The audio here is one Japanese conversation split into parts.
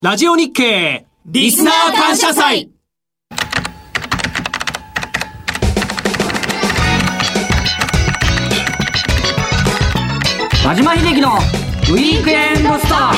ラジオ日経リスナー感謝祭。 和島秀樹のウィークエンドストック。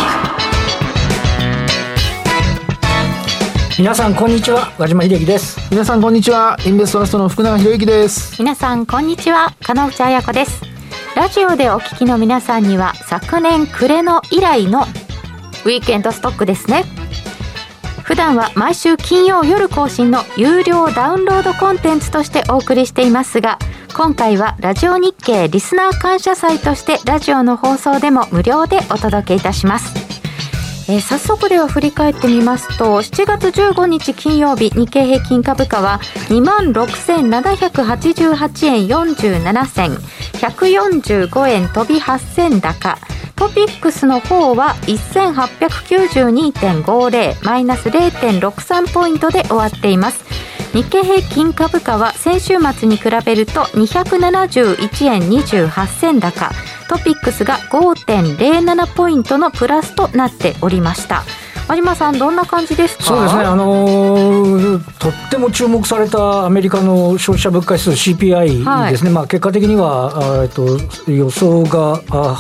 皆さんこんにちは、和島秀樹です。 皆さんこんにちは、インベストラストの福永博之です。 皆さんこんにちは、金内彩子です。ラジオでお聞きの皆さんには昨年暮れの以来のウィークエンドストックですね。普段は毎週金曜夜更新の有料ダウンロードコンテンツとしてお送りしていますが、今回はラジオ日経リスナー感謝祭としてラジオの放送でも無料でお届けいたします。早速では振り返ってみますと、7月15日金曜日、日経平均株価は 26,788 円47銭、145円飛び8銭高。トピックスの方は 1892.50 マイナス 0.63 ポイントで終わっています。日経平均株価は先週末に比べると271円28銭高、トピックスが 5.07 ポイントのプラスとなっておりました。和島さん、どんな感じですか？ そうですね、とっても注目されたアメリカの消費者物価指数 CPI ですね、結果的には予想が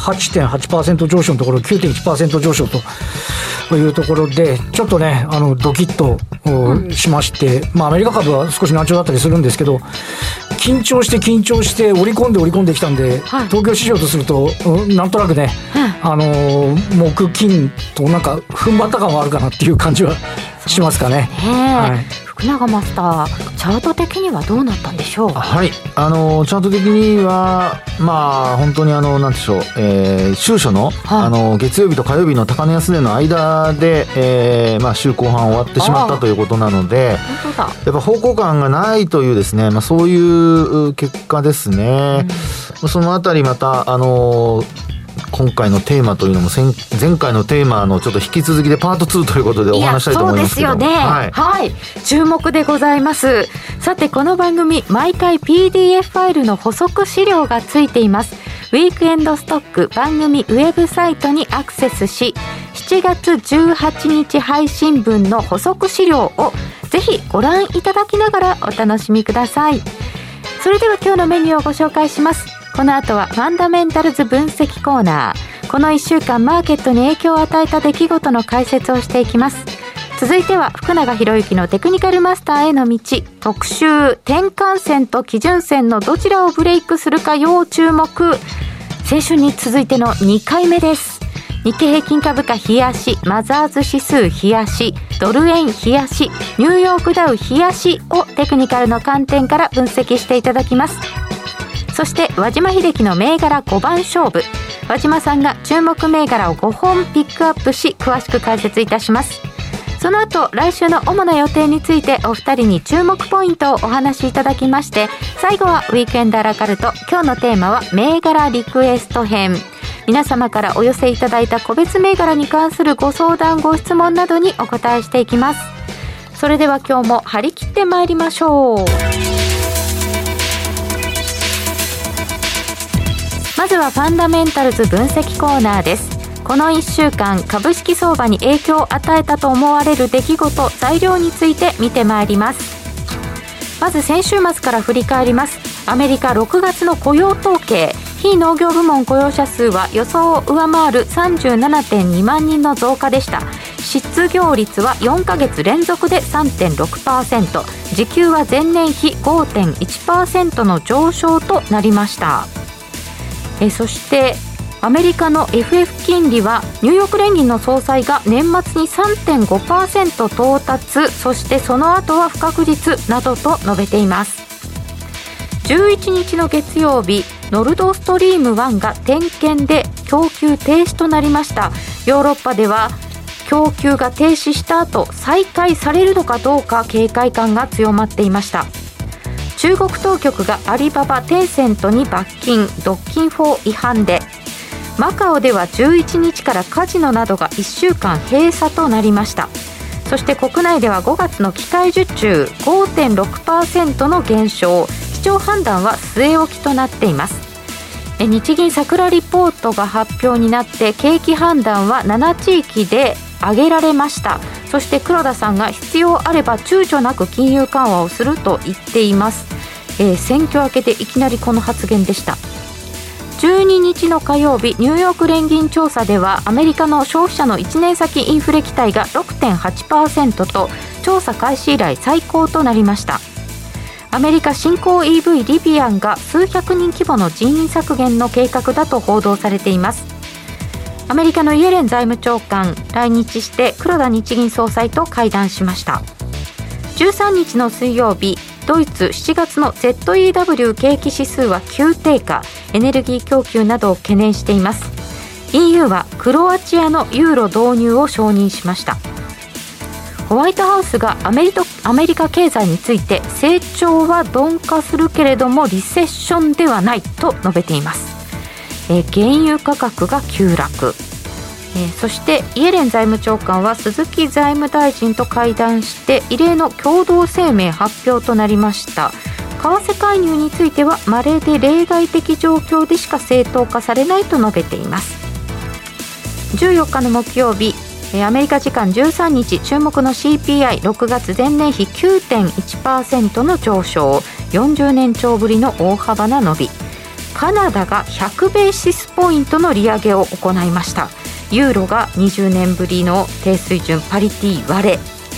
8.8% 上昇のところ 9.1% 上昇というところで、ちょっとねドキッとしまして、アメリカ株は少し難聴だったりするんですけど、緊張して織り込んできたんで、東京市場とするとなんとなくね、木金となんか踏ん張った感はあるかなっていう感じはしますかね。 福永マスター、チャート的にはどうなったんでしょう？ はい、チャート的には本当になんでしょう、週初の、月曜日と火曜日の高値安値の間で、週後半終わってしまったということなので、やっぱ方向感がないというですね、そういう結果ですね。そのあたりまた今回のテーマというのも前回のテーマのちょっと引き続きでパート2ということでお話したいと思いますけど。 そうですよね、はい、注目でございます。さて、この番組毎回 PDF ファイルの補足資料がついています。ウィークエンドストック番組ウェブサイトにアクセスし、7月18日配信分の補足資料をぜひご覧いただきながらお楽しみください。それでは今日のメニューをご紹介します。この後はファンダメンタルズ分析コーナー。この1週間マーケットに影響を与えた出来事の解説をしていきます。続いては福永博之のテクニカルマスターへの道特集、転換線と基準線のどちらをブレイクするか要注目。先週に続いての2回目です。日経平均株価冷やし、マザーズ指数冷やし、ドル円冷やし、ニューヨークダウ冷やしをテクニカルの観点から分析していただきます。そして和島秀樹の銘柄5番勝負、和島さんが注目銘柄を5本ピックアップし詳しく解説いたします。その後、来週の主な予定についてお二人に注目ポイントをお話しいただきまして、最後はウィークエンドアラカルト。今日のテーマは銘柄リクエスト編。皆様からお寄せいただいた個別銘柄に関するご相談ご質問などにお答えしていきます。それでは今日も張り切ってまいりましょう。まずはファンダメンタルズ分析コーナーです。この1週間株式相場に影響を与えたと思われる出来事、材料について見てまいります。まず先週末から振り返ります。アメリカ6月の雇用統計、非農業部門雇用者数は予想を上回る 37.2 万人の増加でした。失業率は4ヶ月連続で 3.6%、 時給は前年比 5.1% の上昇となりました。そしてアメリカの FF 金利はニューヨーク連銀の総裁が年末に 3.5% 到達、そしてその後は不確実などと述べています。11日の月曜日、ノルドストリーム1が点検で供給停止となりました。ヨーロッパでは供給が停止した後再開されるのかどうか警戒感が強まっていました。中国当局がアリババ、テンセントに罰金、独禁法違反で、マカオでは11日からカジノなどが1週間閉鎖となりました。そして国内では5月の機械受注 5.6% の減少、基調判断は据え置きとなっています。日銀桜リポートが発表になって、景気判断は7地域で上げられました。そして黒田さんが必要あれば躊躇なく金融緩和をすると言っています。選挙明けでいきなりこの発言でした。12日の火曜日、ニューヨーク連銀調査ではアメリカの消費者の1年先インフレ期待が 6.8% と調査開始以来最高となりました。アメリカ新興 EV リビアンが数百人規模の人員削減の計画だと報道されています。アメリカのイエレン財務長官来日して黒田日銀総裁と会談しました。13日の水曜日、ドイツ7月の ZEW 景気指数は急低下、エネルギー供給などを懸念しています。 EU はクロアチアのユーロ導入を承認しました。ホワイトハウスがアメリカ経済について成長は鈍化するけれどもリセッションではないと述べています。原油価格が急落、そしてイエレン財務長官は鈴木財務大臣と会談して異例の共同声明発表となりました。為替介入については稀で例外的状況でしか正当化されないと述べています。14日の木曜日、アメリカ時間13日、注目の CPI6 月前年比 9.1% の上昇、40年超ぶりの大幅な伸び。カナダが100ベーシスポイントの利上げを行いました。ユーロが20年ぶりの低水準、パリティ割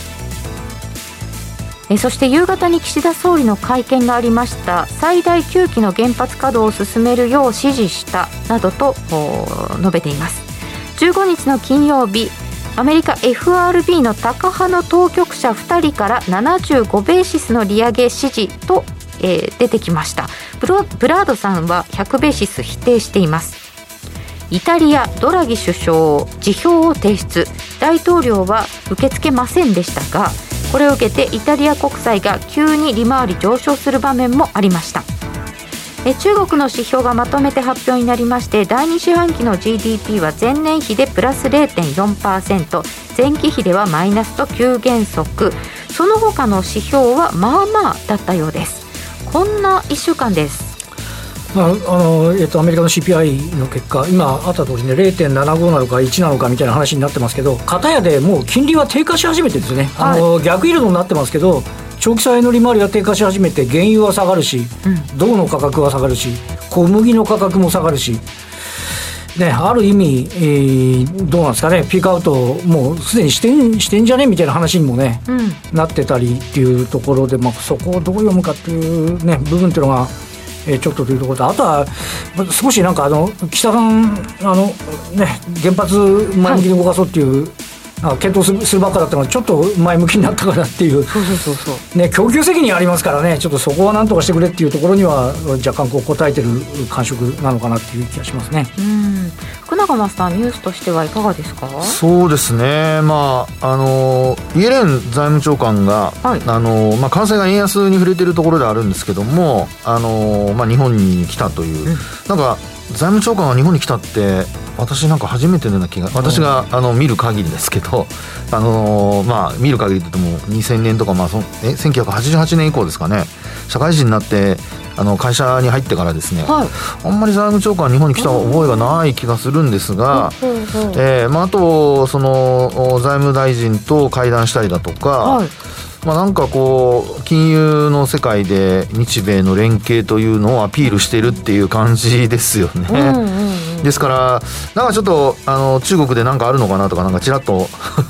れ。そして夕方に岸田総理の会見がありました。最大9基の原発稼働を進めるよう指示したなどと述べています。15日の金曜日、アメリカ FRB のタカ派の当局者2人から75ベーシスの利上げ指示と、出てきました。ブラードさんは100ベーシス否定しています。イタリアドラギ首相辞表を提出、大統領は受け付けませんでしたが、これを受けてイタリア国債が急に利回り上昇する場面もありました。中国の指標がまとめて発表になりまして、第2四半期の GDP は前年比でプラス 0.4%、 前期比ではマイナスと急減速、その他の指標はまあまあだったようです。こんな1週間です。 アメリカの CPI の結果、今あった通りね、 0.75 なのか1なのかみたいな話になってますけど、片やでもう金利は低下し始めてるんですね、逆イールドになってますけど、長期債の利回りが低下し始めて、原油は下がるし、銅の価格は下がるし、小麦の価格も下がるし、ね、ある意味、どうなんですかね、ピークアウトもうすでにしてんじゃねみたいな話にもね、なってたりっていうところで、そこをどう読むかっていう、ね、部分っていうのがちょっとというところと、あとは少しなんか岸田さん原発前向きに動かそうっていう、検討するばっかだったのがちょっと前向きになったかなっていう、ね、供給責任ありますからね、ちょっとそこはなんとかしてくれっていうところには若干答えてる感触なのかなっていう気がしますね。 福永マスター、ニュースとしてはいかがですか？ そうですね、イエレン財務長官が、関西が円安に触れているところであるんですけども、日本に来たという、なんか財務長官が日本に来たって私なんか初めてのような気が、私が見る限りですけど、見る限りといっても2000年とか、1988年以降ですかね、社会人になって会社に入ってからですね、あんまり財務長官日本に来た覚えがない気がするんですが、あとその財務大臣と会談したりだとか、なんかこう金融の世界で日米の連携というのをアピールしてるっていう感じですよね。ですからなんかちょっと中国でなんかあるのかなとか、なんかちらっと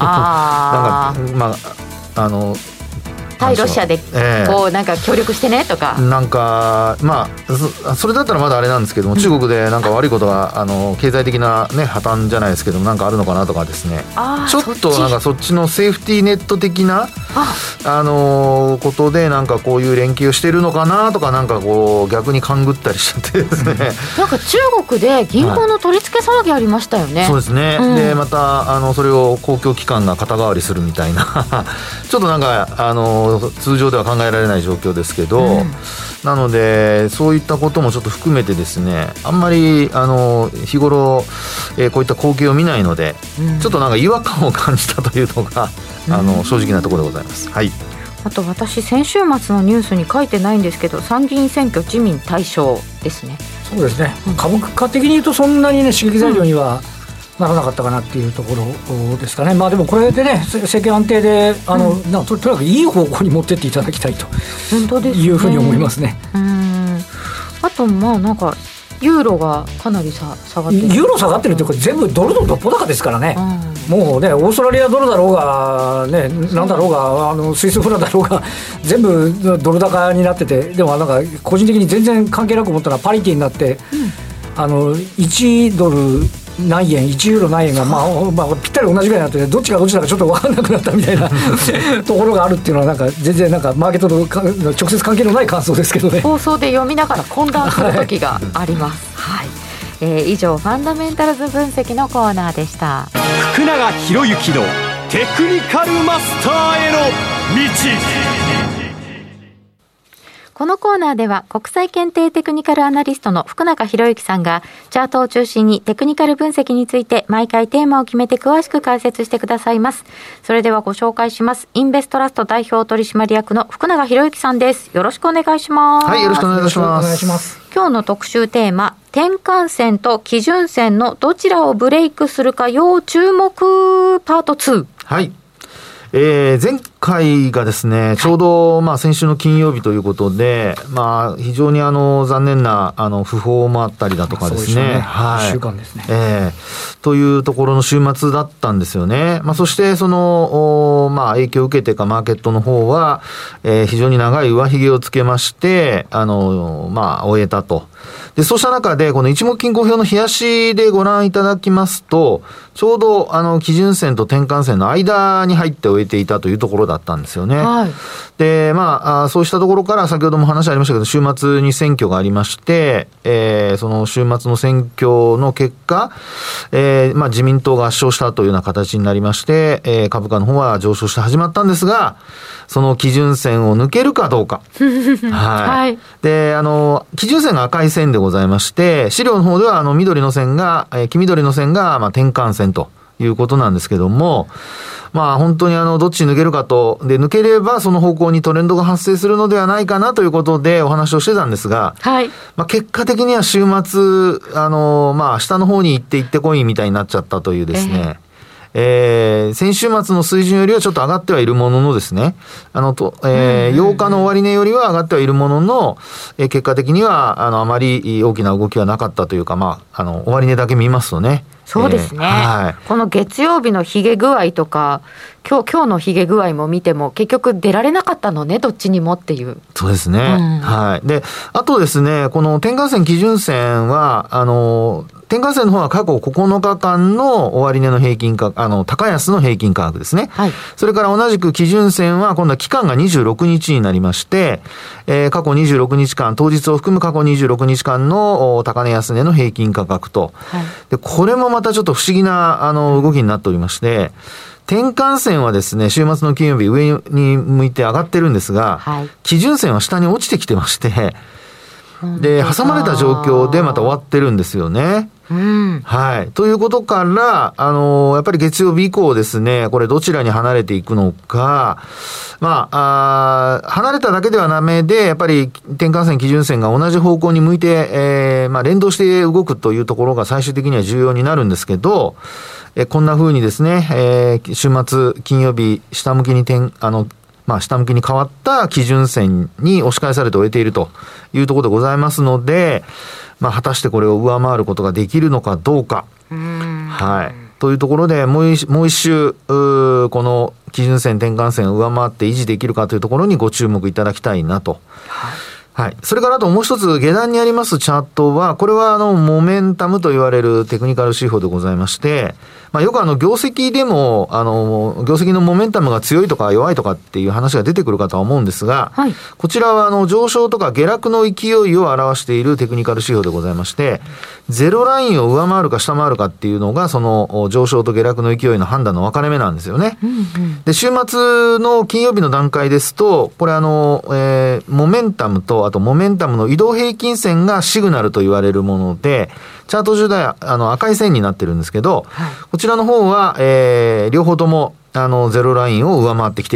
対ロシアでなんか協力してねとか、 なんかそれだったらまだあれなんですけども、中国でなんか悪いことが経済的なね破綻じゃないですけども、なんかあるのかなとかですね、ちょっとなんかそっちのセーフティーネット的なことでなんかこういう連携をしてるのかなとか、なんかこう逆に勘ぐったりしちゃってですね、 なんか中国で銀行の取り付け騒ぎありましたよね。 そうですね、でまたそれを公共機関が肩代わりするみたいなちょっとなんか通常では考えられない状況ですけど、なのでそういったこともちょっと含めてですね、あんまり日頃、こういった光景を見ないので、ちょっとなんか違和感を感じたというのが正直なところでございます。 あと私先週末のニュースに書いてないんですけど、参議院選挙自民大勝ですね。 そうですね、株価的に言うとそんなにね刺激材料にはならなかったかなっていうところですかね。まあでもこれでね、政権安定でとにかくいい方向に持ってっていただきたいというふうに思いますね。 あとなんかユーロがかなり下がってる。 ユーロ下がってるというか全部ドルのどっぽ高ですからね、もうね、オーストラリアドルだろうが、ね、なんだろうがスイスフランだろうが全部ドル高になってて、でもなんか個人的に全然関係なく思ったのはパリティになって、1ドル何円1ユーロ何円が、ぴったり同じぐらいになってて、どっちがどっちだかちょっと分からなくなったみたいなところがあるっていうのはなんか全然なんかマーケットと直接関係のない感想ですけどね。 放送で読みながら混乱する時があります、以上ファンダメンタルズ分析のコーナーでした。 福永博之のテクニカルマスターへの道。 このコーナーでは国際検定テクニカルアナリストの福永博之さんがチャートを中心にテクニカル分析について毎回テーマを決めて詳しく解説してくださいます。それではご紹介します。インベストラスト代表取締役の福永博之さんです。よろしくお願いします。 はい、よろしくお願いします。 今日の特集テーマ、転換線と基準線のどちらをブレイクするか要注目パート2。 はい。前回がですね、ちょうど先週の金曜日ということで、非常に残念な訃報もあったりだとかですね、 1週間ですね、 というところの週末だったんですよね。そしてその影響を受けてかマーケットの方は、非常に長い上髭をつけまして終えたと。でそうした中でこの一目金公表の冷やしでご覧いただきますと、ちょうど基準線と転換線の間に入って終えていたというところだったんですよね。でそうしたところから先ほども話ありましたけど、週末に選挙がありまして、その週末の選挙の結果、自民党が圧勝したというような形になりまして、株価の方は上昇して始まったんですが、その基準線を抜けるかどうかで基準線が赤い線でございまして、資料の方では緑の線が、黄緑の線が転換線ということなんですけども、本当にどっち抜けるかと、で抜ければその方向にトレンドが発生するのではないかなということでお話をしてたんですが、結果的には週末下の方に行ってこいみたいになっちゃったというですね、先週末の水準よりはちょっと上がってはいるもののですね、8日の終値よりは上がってはいるものの、結果的にはあまり大きな動きはなかったというか、終値だけ見ますとね。 そうですね、この月曜日のヒゲ具合とか今日のヒゲ具合も見ても結局出られなかったのね、どっちにもっていう。 そうですね、であとですね、この転換線基準線は転換線の方は過去9日間の終値の平均価格、高安の平均価格ですね、それから同じく基準線は今度は期間が26日になりまして、過去26日間、当日を含む過去26日間の高値安値の平均価格と、でこれもまたちょっと不思議な動きになっておりまして、転換線はですね、週末の金曜日上に向いて上がってるんですが、基準線は下に落ちてきてまして、で挟まれた状況でまた終わってるんですよね。ということから、やっぱり月曜日以降ですね、これどちらに離れていくのか、離れただけではダメで、やっぱり転換線基準線が同じ方向に向いて、連動して動くというところが最終的には重要になるんですけど、こんな風にですね、週末金曜日下向きに下向きに変わった基準線に押し返されて終えているというところでございますので、果たしてこれを上回ることができるのかどうか。というところでもう一周この基準線転換線を上回って維持できるかというところにご注目いただきたいなと。それからあともう一つ下段にありますチャートは、これはモメンタムと言われるテクニカル指標でございまして、よく業績でも業績のモメンタムが強いとか弱いとかっていう話が出てくるかとは思うんですが、こちらは上昇とか下落の勢いを表しているテクニカル指標でございまして、ゼロラインを上回るか下回るかっていうのがその上昇と下落の勢いの判断の分かれ目なんですよね。で週末の金曜日の段階ですと、これモメンタムとあとモメンタムの移動平均線がシグナルと言われるもので、チャート上では赤い線になってるんですけど、こちらの方は、両方ともゼロラインを上回ってきていると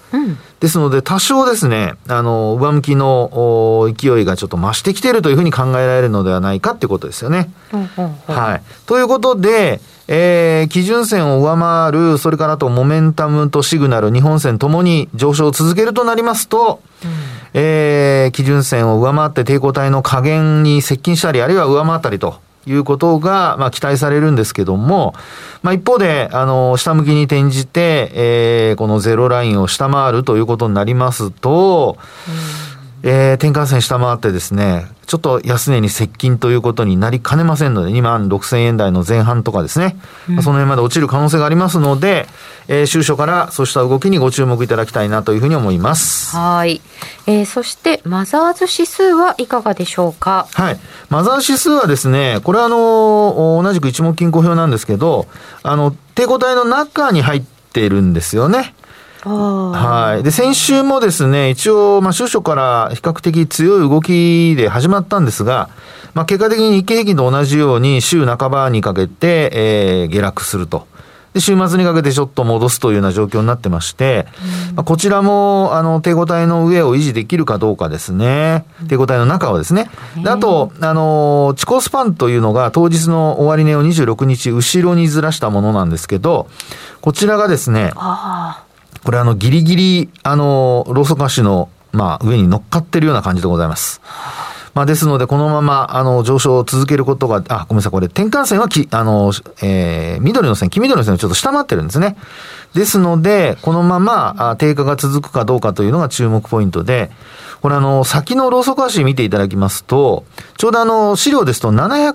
ですので多少ですね、上向きの勢いがちょっと増してきているというふうに考えられるのではないかということですよね。はい。ということで、基準線を上回る、それからあとモメンタムとシグナル、日本線ともに上昇を続けるとなりますと、基準線を上回って抵抗体の下限に接近したり、あるいは上回ったりということが、期待されるんですけども、一方で、下向きに転じて、このゼロラインを下回るということになりますと、転換線下回ってですね、ちょっと安値に接近ということになりかねませんので、26,000円台の前半とかですね、その辺まで落ちる可能性がありますので、週初からそうした動きにご注目いただきたいなというふうに思います。 はい。そしてマザーズ指数はいかがでしょうか。 はい。マザーズ指数はですね、これは同じく一目金衡表なんですけど、抵抗体の中に入っているんですよね。はい。で、先週もですね、一応、週初から比較的強い動きで始まったんですが、結果的に日経平均と同じように週半ばにかけて、下落すると。で、週末にかけてちょっと戻すというような状況になってまして、こちらも、抵抗体の上を維持できるかどうかですね。抵抗体の中をですね。で、あと、地高スパンというのが当日の終値を26日後ろにずらしたものなんですけど、こちらがですね、これギリギリ、ローソク足の、上に乗っかってるような感じでございます。ですので、このまま、上昇を続けることが、ごめんなさい、これ、転換線は緑の線、黄緑の線をちょっと下回ってるんですね。ですので、このまま、低下が続くかどうかというのが注目ポイントで、これ先のローソク足見ていただきますと、ちょうど資料ですと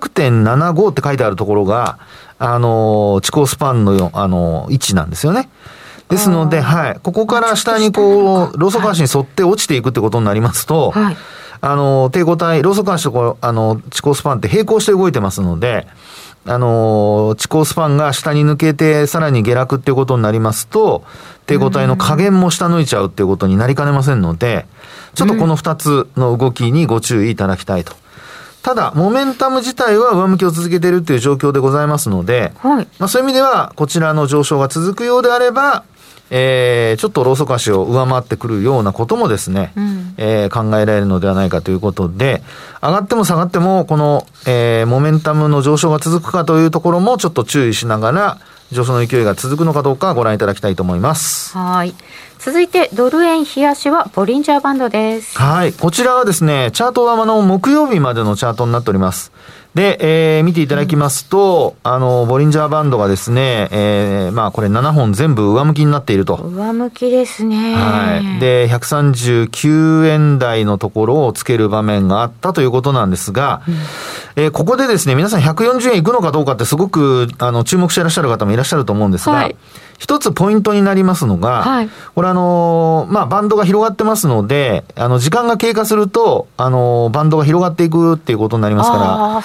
700.75 って書いてあるところが、地高スパンの位置なんですよね。ですので、はい。ここから下にローソク足に沿って落ちていくってことになりますと、抵抗体、ローソク足と地高スパンって並行して動いてますので、地高スパンが下に抜けてさらに下落っていうことになりますと、抵抗体の下限も下抜いちゃうっていうことになりかねませんので、ちょっとこの2つの動きにご注意いただきたいと。ただ、モメンタム自体は上向きを続けているという状況でございますので、そういう意味では、こちらの上昇が続くようであれば、ちょっとローソク足を上回ってくるようなこともですね、考えられるのではないかということで、上がっても下がっても、この、モメンタムの上昇が続くかというところもちょっと注意しながら、上昇の勢いが続くのかどうかご覧いただきたいと思います。 はい。続いて、ドル円冷やしはボリンジャーバンドです。 はい。こちらはですね、チャートは木曜日までのチャートになっております。で、見ていただきますと、ボリンジャーバンドがですね、これ7本全部上向きになっていると。 上向きですね。 はい。で、139円台のところをつける場面があったということなんですが、ここでですね、皆さん140円いくのかどうかってすごく、注目していらっしゃる方もいらっしゃると思うんですが、一つポイントになりますのが、これバンドが広がってますので、時間が経過すると、バンドが広がっていくっていうことになりますから、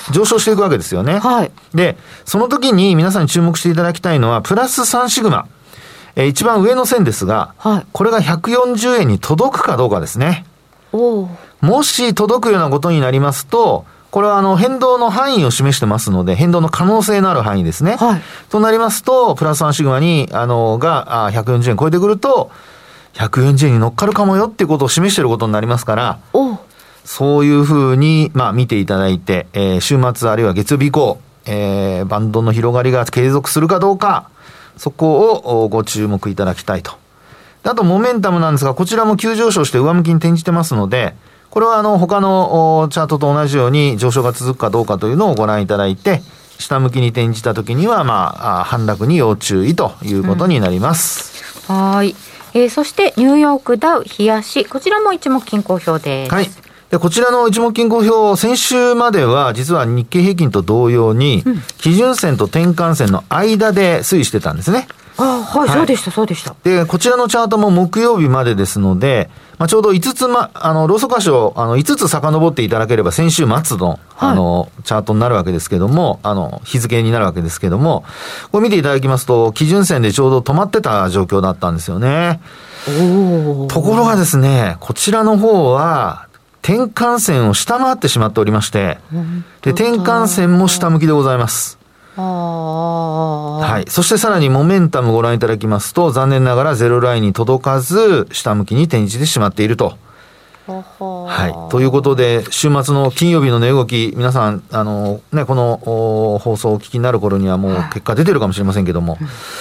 上昇していくわけですよね。で、その時に皆さんに注目していただきたいのは、プラス3シグマ。一番上の線ですが、これが140円に届くかどうかですね。もし届くようなことになりますと、これは変動の範囲を示してますので、変動の可能性のある範囲ですね。となりますと、プラス3シグマに、が140円超えてくると、140円に乗っかるかもよっていうことを示していることになりますから、そういうふうに、見ていただいて、週末あるいは月曜日以降、バンドの広がりが継続するかどうか、そこをご注目いただきたいと。あと、モメンタムなんですが、こちらも急上昇して上向きに転じてますので、これは他のチャートと同じように上昇が続くかどうかというのをご覧いただいて、下向きに転じたときには、反落に要注意ということになります。 はい。そして、ニューヨークダウ冷やし、こちらも一目金衡表です。 はい。で、こちらの一目金衡表、先週までは実は日経平均と同様に、基準線と転換線の間で推移してたんですね。 そうでした、そうでした。 で、こちらのチャートも木曜日までですので、ちょうど5つローソク足を5つ遡っていただければ先週末の、チャートになるわけですけども、日付になるわけですけども、これ見ていただきますと、基準線でちょうど止まってた状況だったんですよね。ところがですね、こちらの方は、転換線を下回ってしまっておりまして、で、転換線も下向きでございます。 はい。そしてさらにモメンタムご覧いただきますと、残念ながらゼロラインに届かず、下向きに転じてしまっていると。はい。ということで、週末の金曜日の値動き、皆さん、この放送をお聞きになる頃にはもう結果出てるかもしれませんけども、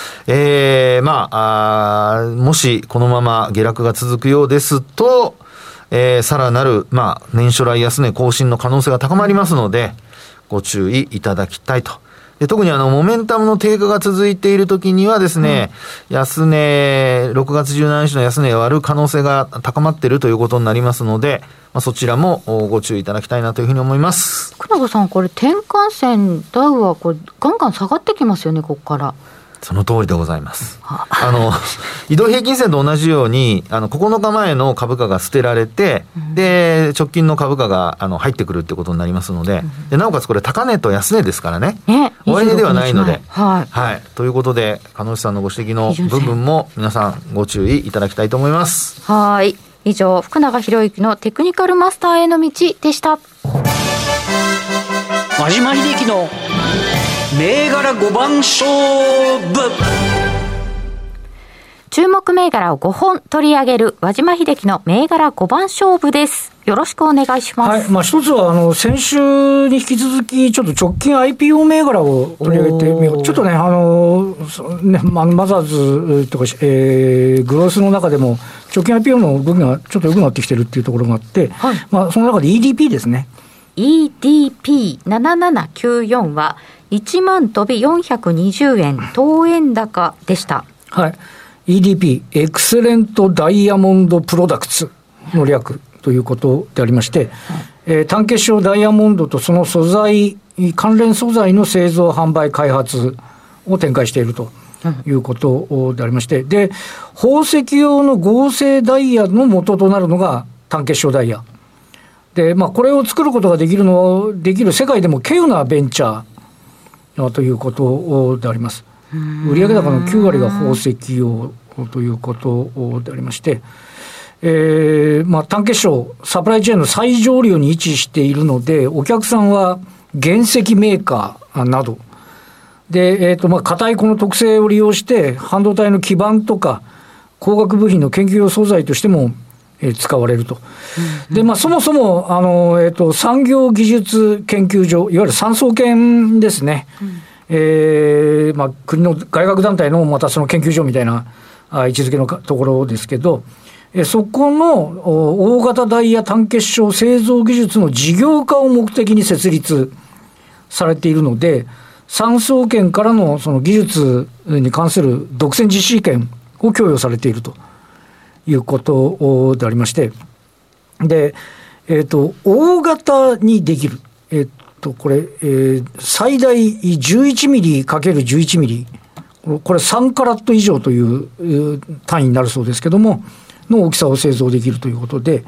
もしこのまま下落が続くようですと、さらなる、年初来安値更新の可能性が高まりますので、ご注意いただきたいと。で、特にモメンタムの低下が続いているときにはですね、安値、6月17日の安値を割る可能性が高まっているということになりますので、そちらもご注意いただきたいなというふうに思います。 福永さん、これ転換線ダウはこれガンガン下がってきますよね、ここから。 その通りでございます。移動平均線と同じように、9日前の株価が捨てられて、で、直近の株価が、入ってくるってことになりますので、で、なおかつこれ高値と安値ですからね。終値ではないので。はい。ということで、鹿野内さんのご指摘の部分も皆さんご注意いただきたいと思います。 はい。以上、福永博之のテクニカルマスターへの道でした。 和島秀樹の銘柄5番勝負。 注目銘柄を5本取り上げる和島秀樹の銘柄5番勝負です。よろしくお願いします。 はい。一つは先週に引き続きちょっと直近 IPO 銘柄を取り上げてみよう。ちょっとねマザーズとか、グロースの中でも直近 IPO の動きがちょっと良くなってきてるっていうところがあって、はい、その中で EDP ですね。 EDP7794 は1万飛び420円当円高でした。 はい。EDP エクセレントダイヤモンドプロダクツの略ということでありまして、単結晶ダイヤモンドとその素材、関連素材の製造販売開発を展開しているということでありまして、で、宝石用の合成ダイヤの元となるのが単結晶ダイヤで、これを作ることができる世界でも稀有なベンチャーということであります。売上高の9割が宝石用ということでありまして、単結晶サプライチェーンの最上流に位置しているので、お客さんは原石メーカーなどで、硬いこの特性を利用して半導体の基板とか光学部品の研究用素材としても使われると。で、そもそも産業技術研究所、いわゆる産総研ですね。国の外学団体のまたその研究所みたいな位置づけのところですけど、そこの大型ダイヤ単結晶製造技術の事業化を目的に設立されているので、産総研からのその技術に関する独占実施権を供与されているということでありまして、で、大型にできる、これ、最大11ミリ ×11 ミリ、これ3カラット以上という単位になるそうですけども、の大きさを製造できるということで、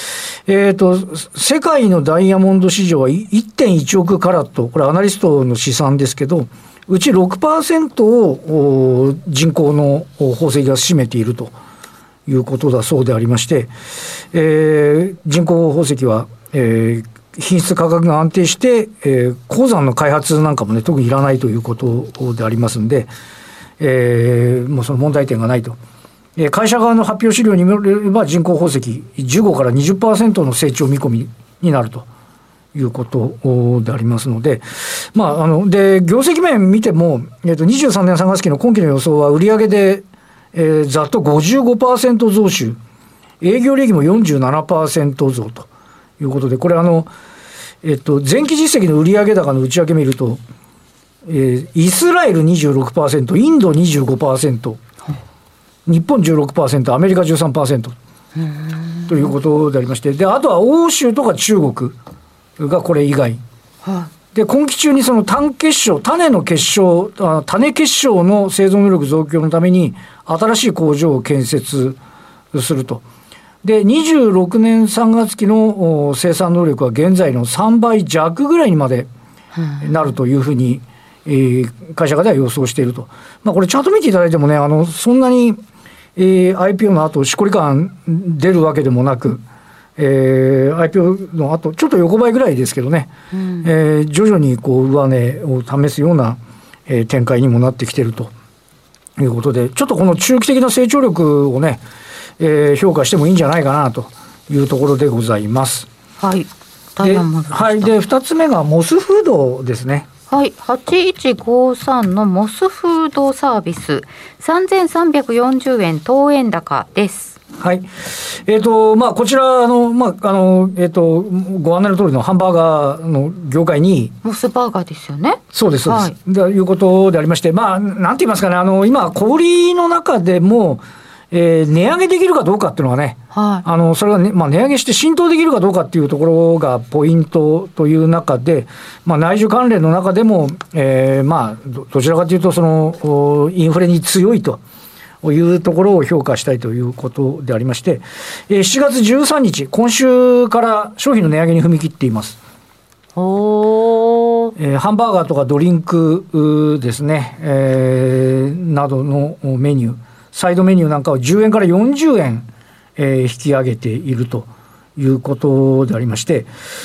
世界のダイヤモンド市場は 1.1 億カラット、これアナリストの試算ですけど、うち 6% を人口の宝石が占めているということだそうでありまして、人工宝石は、品質価格が安定して、鉱山の開発なんかもね、特にいらないということでありますんで、もうその問題点がないと。会社側の発表資料によれば人工宝石15から 20% の成長見込みになるということでありますので、で、業績面見ても、23年3月期の今期の予想は売上で、ざっと 55% 増収、営業利益も 47% 増ということで、これ前期実績の売上高の内訳見ると、イスラエル 26%、インド 25%、日本 16%、アメリカ 13% ということでありまして、で、あとは欧州とか中国がこれ以外。で、今期中にその単結晶、種結晶の製造能力増強のために新しい工場を建設すると。で、26年3月期の生産能力は現在の3倍弱ぐらいにまでなるというふうに、会社では予想していると。これチャート見ていただいてもね、そんなに、IPO の後、しこり感出るわけでもなく、IPO の後、ちょっと横ばいぐらいですけどね、徐々にこう上値を試すような展開にもなってきているということで、ちょっとこの中期的な成長力をね、評価してもいいんじゃないかなというところでございます。 はい。 で、2つ目がモスフードですね。 はい、8153のモスフードサービス、3340円当円高です。 はい。こちら、ご案内の通りのハンバーガーの業界に。 モスバーガーですよね。 そうです、そうです。はい、ということでありまして、なんて言いますかね、今、小売りの中でも、値上げできるかどうかっていうのがね、はい、それがね、値上げして浸透できるかどうかっていうところがポイントという中で、内需関連の中でも、どちらかというと、インフレに強いというところを評価したいということでありまして、7月13日、今週から商品の値上げに踏み切っています。ハンバーガーとかドリンクですね、などのメニュー、サイドメニューなんかを10円から40円、引き上げているということでありまして、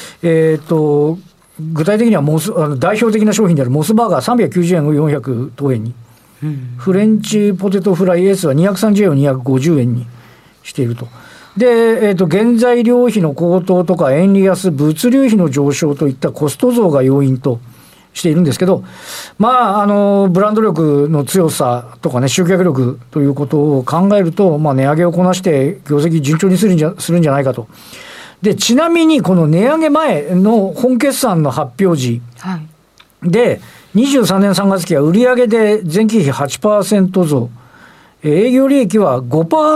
具体的には代表的な商品であるモスバーガー390円を400当円に、フレンチポテトフライエースは230円を250円にしていると。で、原材料費の高騰とか円利安、物流費の上昇といったコスト増が要因としているんですけど、ブランド力の強さとかね、集客力ということを考えると、値上げをこなして業績順調にするんじゃないかと。で、ちなみにこの値上げ前の本決算の発表時で、23年3月期は売上で前期比 8% 増、営業利益は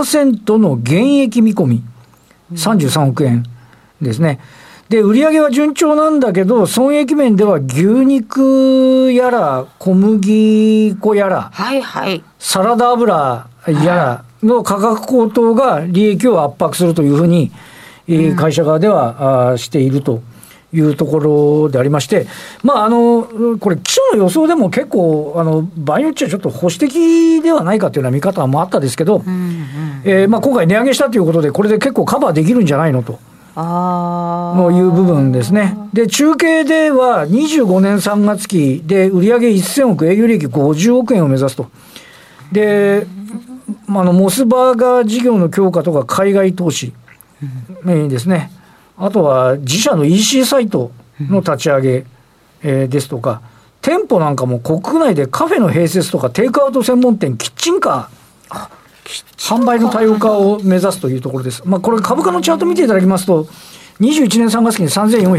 5% の減益見込み、33億円ですね。で、売上は順調なんだけど、損益面では牛肉やら小麦粉やら、 はいはい、 サラダ油やらの価格高騰が利益を圧迫するというふうに、会社側ではしているというところでありまして、これ基礎の予想でも結構場合によっちゃちょっと保守的ではないかというような見方もあったですけど、今回値上げしたということでこれで結構カバーできるんじゃないのと。のいう部分ですね。で、中継では25年3月期で売上1000億、営業利益50億円を目指すと。で、モスバーガー事業の強化とか海外投資ですね。あとは自社の EC サイトの立ち上げ、ですとか、店舗なんかも国内でカフェの併設とかテイクアウト専門店、キッチンカー、販売の多様化を目指すというところです。これ株価のチャート見ていただきますと、21年3月期に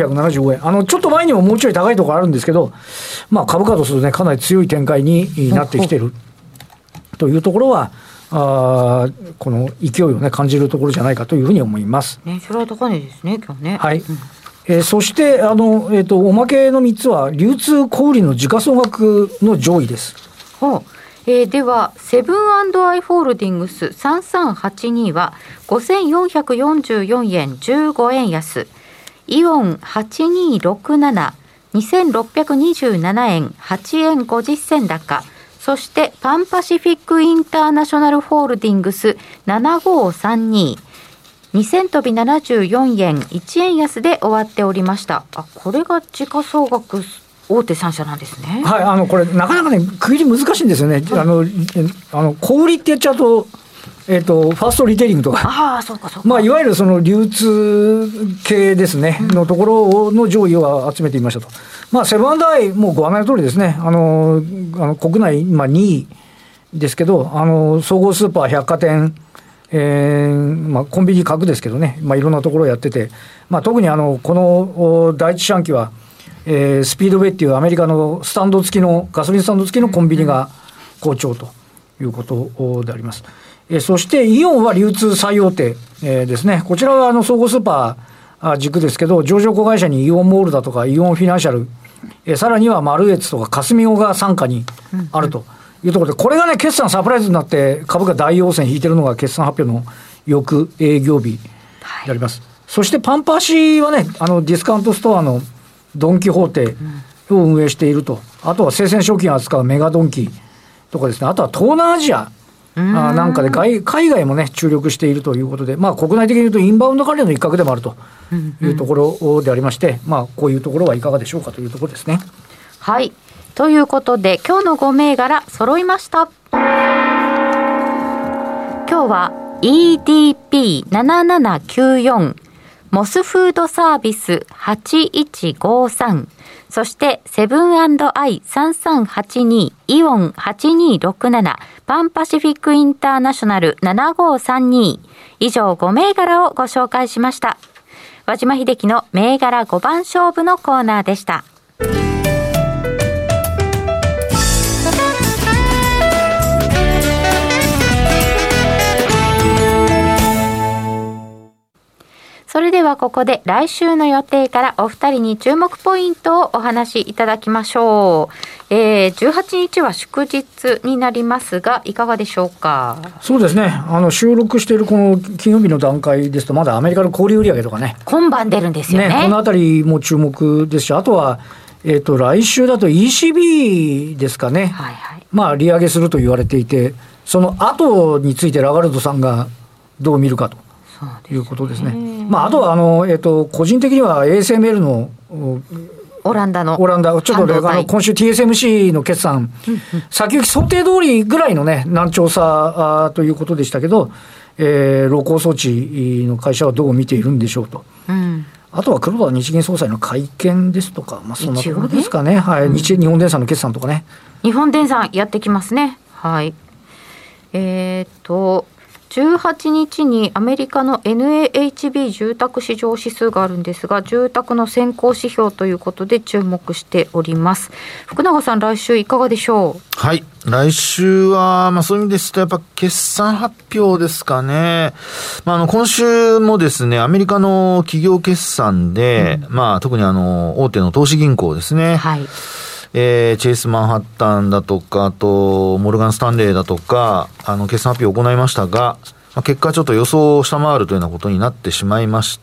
3475円。ちょっと前にももうちょい高いところあるんですけど、株価とするとね、かなり強い展開になってきているというところは、この勢いをね、感じるところじゃないかというふうに思います。 ね、それは高値ですね、今日ね。 はい。そして、おまけの3つは、流通小売の時価総額の上位です。 ではセブン&アイ・ホールディングス3382は5444円15円安、イオン8267 2627円8円50銭高、そしてパンパシフィックインターナショナルホールディングス7532 2000飛び74円1円安で終わっておりました。これが時価総額大手3社なんですね。 はい、これなかなかね区切り難しいんですよね。小売りって言っちゃうと、ファーストリテイリングとか、 そうかいわゆるその流通系ですね、のところの上位を集めてみましたと。セブン&アイもご案内の通りですね、国内今2位ですけど、総合スーパー百貨店、コンビニ各ですけどね、いろんなところをやってて、特にこの第一四半期はスピードウェイっていうアメリカのスタンド付きのガソリンスタンド付きのコンビニが好調ということであります。そしてイオンは流通最大手、ですね。こちらは総合スーパー軸ですけど、上場子会社にイオンモールだとかイオンフィナンシャル、さらにはマルエツとかカスミオが傘下にあるというところで、これがね決算サプライズになって株価大陽線引いてるのが決算発表の翌営業日であります。そしてパンパシはね、ディスカウントストアのドンキホーテを運営していると。あとは生鮮食品を扱うメガドンキとかですね。あとは東南アジアなんかで海外もね注力しているということで、国内的に言うとインバウンド関連の一角でもあるというところでありまして、こういうところはいかがでしょうかというところですね。 はい。 ということで今日の5銘柄揃いました。今日は EDP7794、モスフードサービス8153、そしてセブン&アイ3382、イオン8267、パンパシフィックインターナショナル7532、以上5銘柄をご紹介しました。和島秀樹の銘柄5番勝負のコーナーでした。それではここで来週の予定からお二人に注目ポイントをお話しいただきましょう。18日は祝日になりますがいかがでしょうか。 そうですね、収録しているこの金曜日の段階ですとまだアメリカの小売売上とかね今晩出るんですよね。 このあたりも注目ですし、あとは、来週だと ECB ですかね、はいはい、まあ利上げすると言われていて、その後についてラガルドさんがどう見るかということですね。まあ、あとは個人的には ASML のオランダちょっと今週 TSMC の決算、先行き想定通りぐらいのね難聴さということでしたけど、露光装置の会社はどう見ているんでしょうと、あとは黒田日銀総裁の会見ですとか、まあ、そんなところですかね、はい、日本電産の決算とかね。 日本電産やってきますね。はい。18日にアメリカの NAHB 住宅市場指数があるんですが、住宅の先行指標ということで注目しております。福永さん、来週いかがでしょう。 はい、来週は、そういう意味ですとやっぱ決算発表ですかね。今週もですね、アメリカの企業決算で、特に大手の投資銀行ですね、はい、チェイスマンハッタンだとか、あとモルガンスタンレーだとか決算発表を行いましたが、結果ちょっと予想を下回るというようなことになってしまいまして、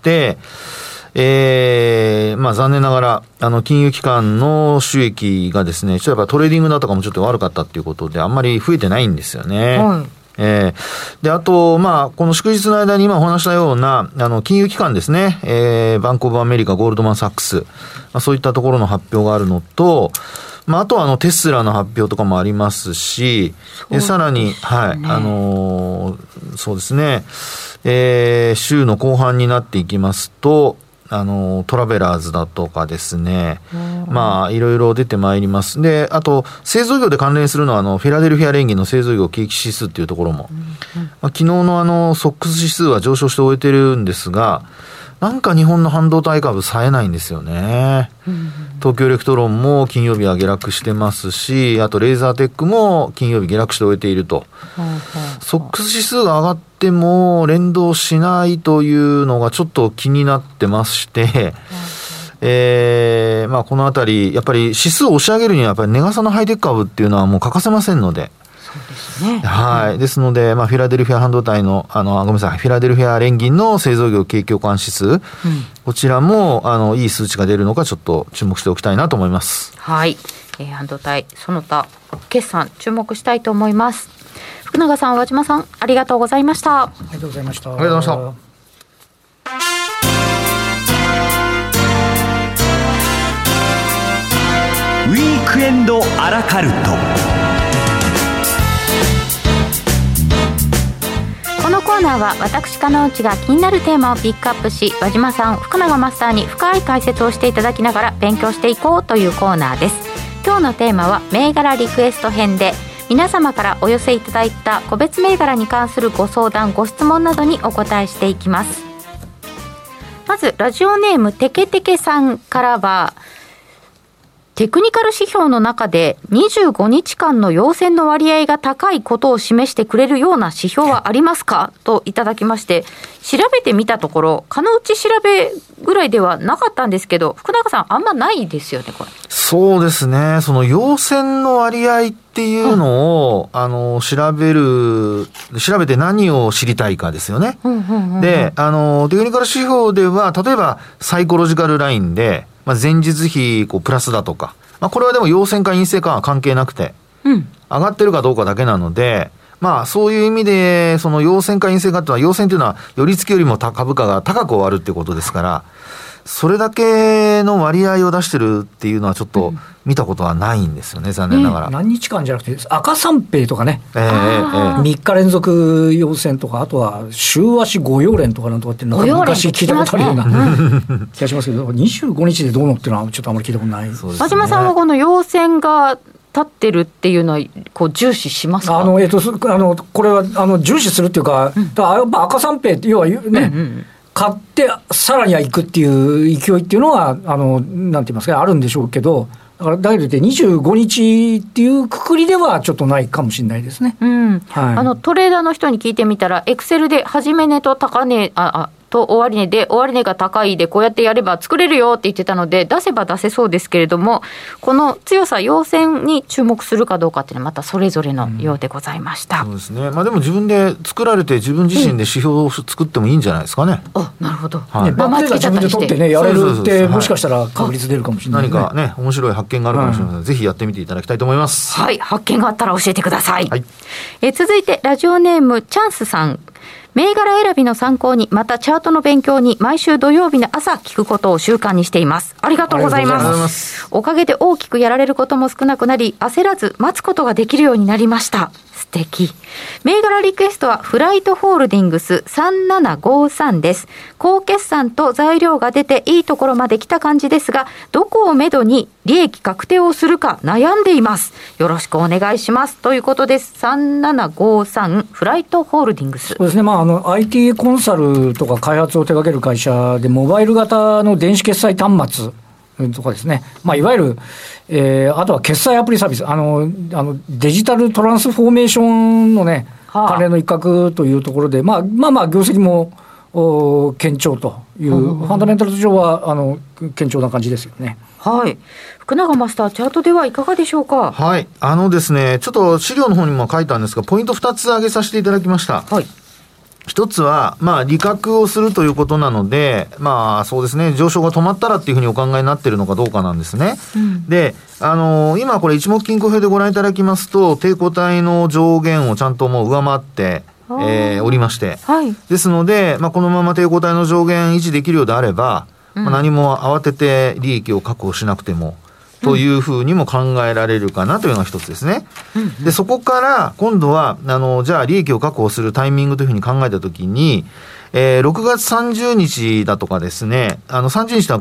残念ながら金融機関の収益がですね、ちょっとやっぱトレーディングだとかもちょっと悪かったっていうことであんまり増えてないんですよね。はい。で、あと、この祝日の間に今お話したような、金融機関ですね、バンクオブアメリカ、ゴールドマンサックス、そういったところの発表があるのと、あとはテスラの発表とかもありますし、さらに、はい、そうですね、週の後半になっていきますと、トラベラーズだとかですね、いろいろ出てまいります。で、あと製造業で関連するのはフィラデルフィア連銀の製造業景気指数っていうところも、昨日のソックス指数は上昇して終えてるんですが、なんか日本の半導体株冴えないんですよね。東京エレクトロンも金曜日は下落してますし、あとレーザーテックも金曜日下落して終えていると。ソックス指数が上がっても連動しないというのがちょっと気になってまして、このあたりやっぱり指数を押し上げるにはやっぱり値傘のハイテク株っていうのはもう欠かせませんので。そうですね。はい。ですので、フィラデルフィア半導体の、ごめんなさい、フィラデルフィア連銀の製造業景況感指数、こちらも、いい数値が出るのかちょっと注目しておきたいなと思います。 はい。半導体、その他、決算、注目したいと思います。福永さん、和島さん、ありがとうございました。 ありがとうございました。 ありがとうございました。 ウィークエンドアラカルト。 このコーナーは私加納内が気になるテーマをピックアップし、和島さん、福永マスターに深い解説をしていただきながら勉強していこうというコーナーです。今日のテーマは銘柄リクエスト編で、皆様からお寄せいただいた個別銘柄に関するご相談ご質問などにお答えしていきます。まずラジオネームテケテケさんからは、テクニカル指標の中で25日間の陽線の割合が高いことを示してくれるような指標はありますかといただきまして、調べてみたところ、かのうち調べぐらいではなかったんですけど、福永さんあんまないですよね、これ。 そうですね。その陽線の割合っていうのを、調べて何を知りたいかですよね。で、テクニカル指標では、例えばサイコロジカルラインで、前日比プラスだとか、これはでも陽線か陰線かは関係なくて、上がってるかどうかだけなので、そういう意味でその陽線か陰線かっていうのは、陽線っていうのは寄り付きよりも株価が高く終わるっていうことですから、それだけの割合を出してるっていうのはちょっと見たことはないんですよね、残念ながら。 何日間じゃなくて赤三平とかね、 3 3日連続陽線とか、あとは週足5陽連とかなんとかってなんか昔聞いたことあるような気がしますけど、25日でどうのっていうのはちょっとあまり聞いたことない。 和島さんはこの陽線が立ってるっていうのはこう重視しますか？ これは重視するっていうか、やっぱ赤三平って要はね、買ってさらには行くっていう勢いっていうのはなんて言いますか、あるんでしょうけど、だからだけど25日っていうくくりではちょっとないかもしれないですね。 トレーダーの人に聞いてみたら、エクセルで始め値と高値と終値で、終値が高いでこうやってやれば作れるよって言ってたので、出せば出せそうですけれども、この強さ陽線に注目するかどうかっていうのはまたそれぞれのようでございました。 そうですね。でも自分で作られて自分自身で指標を作ってもいいんじゃないですかね。 なるほど。 バッテリー自分で取ってね、やれるってもしかしたら確率出るかもしれない、 何かね、面白い発見があるかもしれませんので、ぜひやってみていただきたいと思います。 はい、発見があったら教えてください。続いてラジオネームチャンスさん。銘柄選びの参考に、またチャートの勉強に毎週土曜日の朝聞くことを習慣にしています。ありがとうございます。おかげで大きくやられることも少なくなり、焦らず待つことができるようになりました。素敵。銘柄リクエストはフライトホールディングス3753です。高決算と材料が出ていいところまで来た感じですが、どこをめどに利益確定をするか悩んでいます。よろしくお願いしますということです。3753フライトホールディングス。 そうですね。IT コンサルとか開発を手掛ける会社で、モバイル型の電子決済端末とかですね、いわゆる、あとは決済アプリサービス、デジタルトランスフォーメーションのね、関連の一角というところで、業績も堅調という、ファンダメンタル上は堅調な感じですよね。 はい。福永マスター、チャートではいかがでしょうか？ はい。ですね、ちょっと資料の方にも書いたんですが、ポイント2つ挙げさせていただきました。はい。一つは、利確をするということなので、そうですね、上昇が止まったらっていうふうにお考えになっているのかどうかなんですね。で、今これ一目均衡表でご覧いただきますと、抵抗体の上限をちゃんともう上回って、おりまして、ですので、このまま抵抗体の上限維持できるようであれば、何も慌てて利益を確保しなくても、というふうにも考えられるかなというのが一つですね。で、そこから今度はじゃあ利益を確保するタイミングというふうに考えたときに、6月30日だとかですね、30日は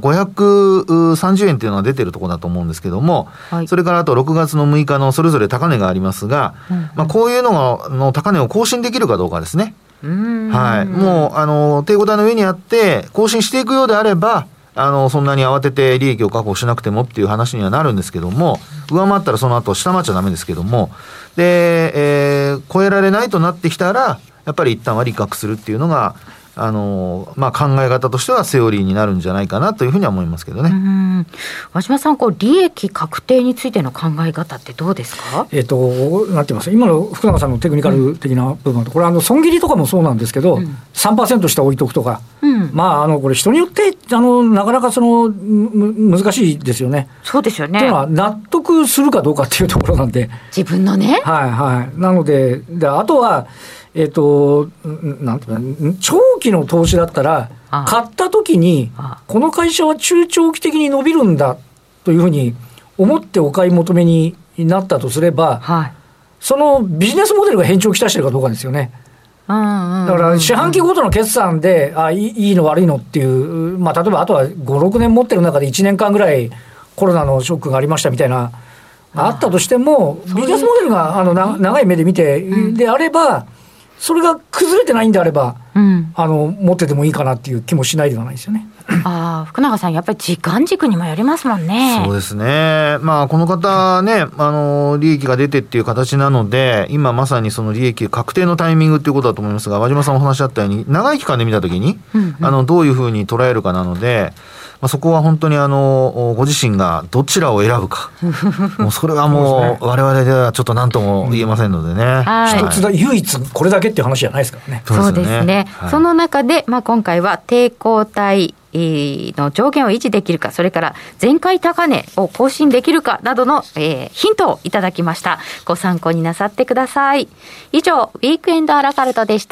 530円というのが出てるところだと思うんですけども、それからあと6月の6日のそれぞれ高値がありますが、こういうの高値を更新できるかどうかですね。もう抵抗体の上にあって更新していくようであれば、そんなに慌てて利益を確保しなくてもっていう話にはなるんですけども、上回ったらその後下回っちゃダメですけども、で、超えられないとなってきたら、やっぱり一旦は利確するっていうのが、考え方としてはセオリーになるんじゃないかなというふうには思いますけどね。 和島さん、利益確定についての考え方ってどうですか？なんて言いますか、今の福永さんのテクニカル的な部分と、これ損切りとかもそうなんですけど、3% 下置いとくとか、これ人によってなかなか難しいですよね。 そうですよね。 というのは納得するかどうかっていうところなんで、 自分のね。 なので、あとはなんていうか、長期の投資だったら、買った時にこの会社は中長期的に伸びるんだというふうに思ってお買い求めになったとすれば、そのビジネスモデルが変調をきたしてるかどうかですよね。だから四半期ごとの決算でいいの悪いのっていう、例えばあとは5、6年持ってる中で1年間ぐらいコロナのショックがありましたみたいなあったとしても、ビジネスモデルが長い目で見てであれば、それが崩れてないんであれば、持っててもいいかなっていう気もしないではないですよね。 福永さん、やっぱり時間軸にもよりますもんね。 そうですね。この方ね、利益が出てっていう形なので、今まさにその利益確定のタイミングっていうことだと思いますが、和島さんお話しあったように、長い期間で見たときに、どういうふうに捉えるかなので、そこは本当にご自身がどちらを選ぶかもうそれはもう我々ではちょっと何とも言えませんのでね、 一つ唯一これだけっていう話じゃないですからね。 そうですね、その中で、今回は抵抗体の上限を維持できるか、それから前回高値を更新できるかなどの、ヒントをいただきました。ご参考になさってください。以上、ウィークエンドアラカルトでした。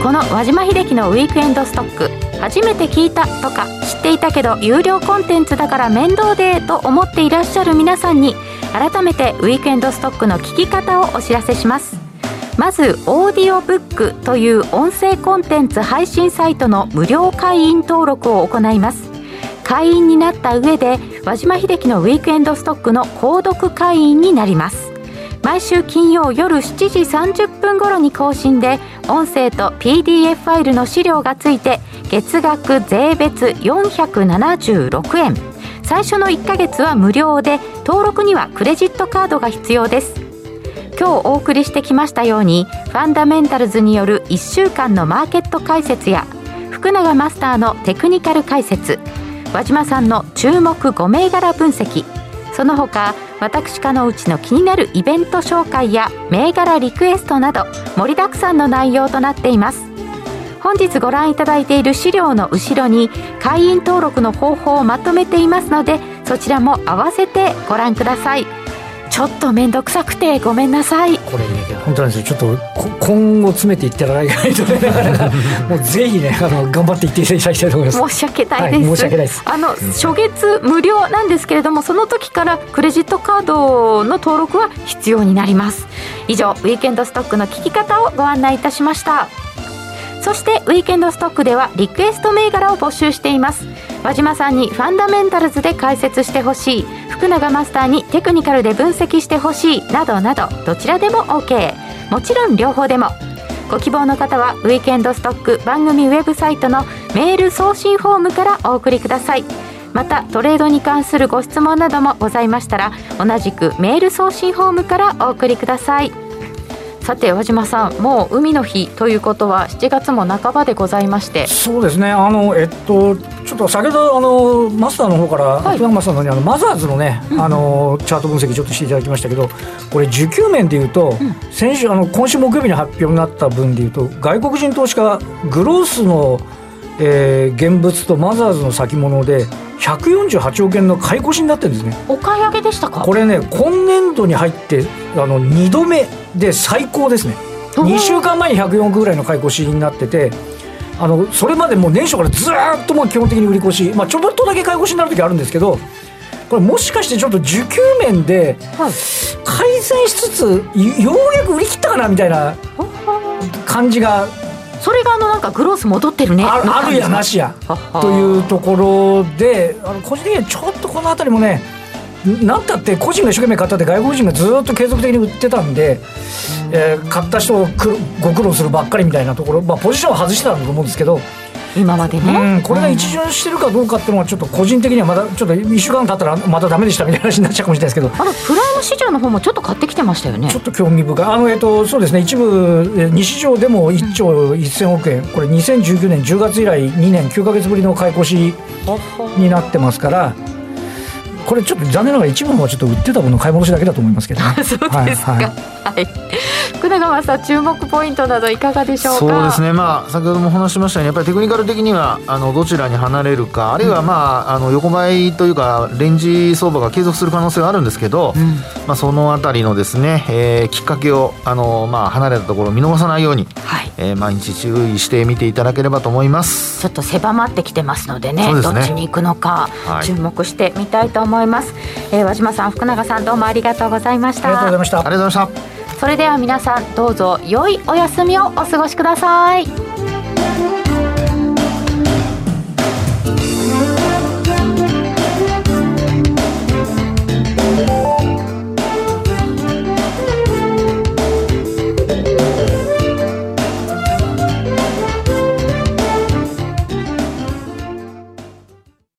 この和島秀樹のウィークエンドストック、初めて聞いたとか知っていたけど有料コンテンツだから面倒でと思っていらっしゃる皆さんに改めてウィークエンドストックの聞き方をお知らせします。まずオーディオブックという音声コンテンツ配信サイトの無料会員登録を行います。会員になった上で和島秀樹のウィークエンドストックの購読会員になります。毎週金曜夜7時30分頃に更新で、音声と PDF ファイルの資料がついて月額税別476円、最初の1ヶ月は無料で、登録にはクレジットカードが必要です。今日お送りしてきましたように、ファンダメンタルズによる1週間のマーケット解説や福永マスターのテクニカル解説、和島さんの注目5銘柄分析、その他私かのうちの気になるイベント紹介や銘柄リクエストなど盛りだくさんの内容となっています。本日ご覧いただいている資料の後ろに会員登録の方法をまとめていますので、そちらも合わせてご覧ください。ちょっと面倒くさくてごめんなさい。 これね、本当なんですよ。ちょっと今後詰めていっていただかないとね、もうぜひね、頑張っていっていただきたいと思います。 申し訳ないです、 申し訳ないです。 初月無料なんですけれども、その時からクレジットカードの登録は必要になります。以上、ウィークエンドストックの聞き方をご案内いたしました。そしてウィークエンドストックではリクエスト銘柄を募集しています。和島さんにファンダメンタルズで解説してほしい、福永マスターにテクニカルで分析してほしいなどなど、どちらでも OK、 もちろん両方でも。ご希望の方はウィークエンドストック番組ウェブサイトのメール送信フォームからお送りください。またトレードに関するご質問などもございましたら、同じくメール送信フォームからお送りください。さて和島さん、もう海の日ということは7月も半ばでございまして。 そうですね、ちょっと先ほどマスターの方から、福永マスターの方にマザーズのね、チャート分析ちょっとしていただきましたけど、これ需給面でいうと、先週今週木曜日に発表になった分でいうと、外国人投資家グロースの、現物とマザーズの先物で148億円の買い越しになってるんですね。 お買い上げでしたか。 これね、今年度に入って2度目で最高ですね。2週間前に104億ぐらいの買い越しになってて、それまでもう年初からずっともう基本的に売り越し、ちょっとだけ買い越しになる時あるんですけど、これもしかしてちょっと需給面で改善しつつ、ようやく売り切ったかなみたいな感じが、 それがなんかグロース戻ってるね、 あるやなしやというところで、個人的にはちょっとこの辺りもね、なんたって個人が一生懸命買ったって外国人がずっと継続的に売ってたんで、買った人をご苦労するばっかりみたいなところ、ポジションを外してたんだと思うんですけど、 今までね、 これが一巡してるかどうかっていうのはちょっと個人的にはまだちょっと1週間経ったらまだダメでしたみたいな話になっちゃうかもしれないですけど、 プライム市場の方もちょっと買ってきてましたよね。 ちょっと興味深い。そうですね、一部西市場でも1兆1000億円、これ2019年10月以来2年9ヶ月ぶりの買い越しになってますから、これちょっと残念ながら一部のはちょっと売ってた分の買い戻しだけだと思いますけどね。 そうですか、はい福永さん、注目ポイントなどいかがでしょうか。 そうですね、先ほども話しましたように、やっぱりテクニカル的にはどちらに離れるか、あるいは横ばいというかレンジ相場が継続する可能性はあるんですけど、そのあたりのですね、きっかけを離れたところを見逃さないように、毎日注意して見ていただければと思います。 ちょっと狭まってきてますのでね、どっちに行くのか注目してみたいと思います。和島さん、福永さん、どうもありがとうございました。 ありがとうございました。 ありがとうございました。 それでは皆さん、どうぞ良いお休みをお過ごしください。